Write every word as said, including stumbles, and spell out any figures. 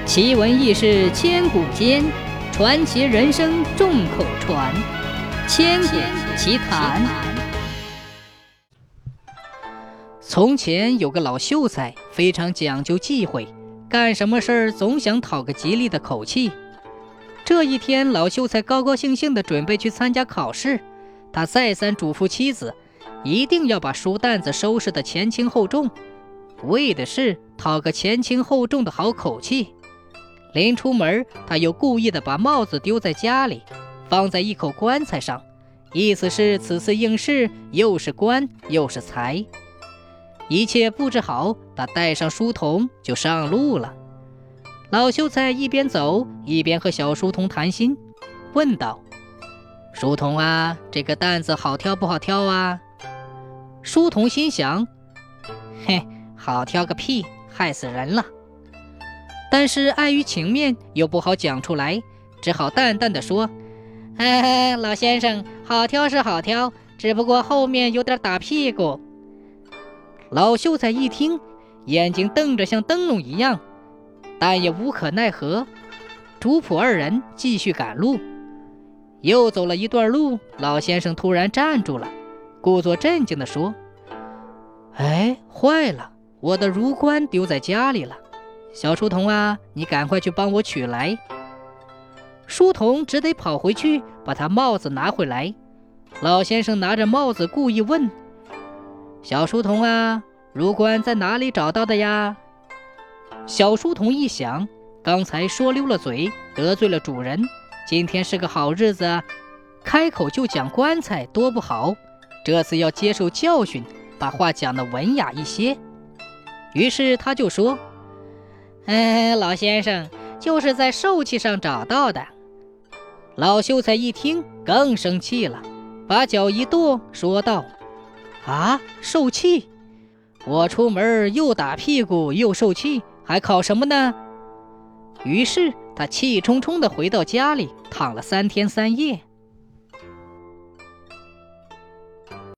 奇闻异事千古间，传奇人生众口传。千古奇谈。从前有个老秀才，非常讲究忌讳，干什么事儿总想讨个吉利的口气。这一天，老秀才高高兴兴地准备去参加考试，他再三嘱咐妻子，一定要把书担子收拾得前轻后重，为的是讨个前轻后重的好口气。临出门，他又故意的把帽子丢在家里，放在一口棺材上，意思是此次应试又是官又是财。一切布置好，他带上书童就上路了。老秀才一边走一边和小书童谈心，问道：书童啊，这个担子好挑不好挑啊？书童心想，嘿，好挑个屁，害死人了。但是碍于情面，又不好讲出来，只好淡淡的说：哎，老先生，好挑是好挑，只不过后面有点打屁股。老秀才一听，眼睛瞪着像灯笼一样，但也无可奈何。主仆二人继续赶路，又走了一段路，老先生突然站住了，故作镇静地说：哎，坏了，我的儒冠丢在家里了，小书童啊，你赶快去帮我取来。书童只得跑回去把他帽子拿回来。老先生拿着帽子故意问：小书童啊，儒冠在哪里找到的呀？小书童一想，刚才说溜了嘴，得罪了主人，今天是个好日子，开口就讲棺材多不好，这次要接受教训，把话讲得文雅一些。于是他就说：哎，老先生，就是在受器上找到的。老秀才一听更生气了，把脚一跺，说道：啊，受气？我出门又打屁股又受气，还考什么呢？于是他气冲冲地回到家里，躺了三天三夜。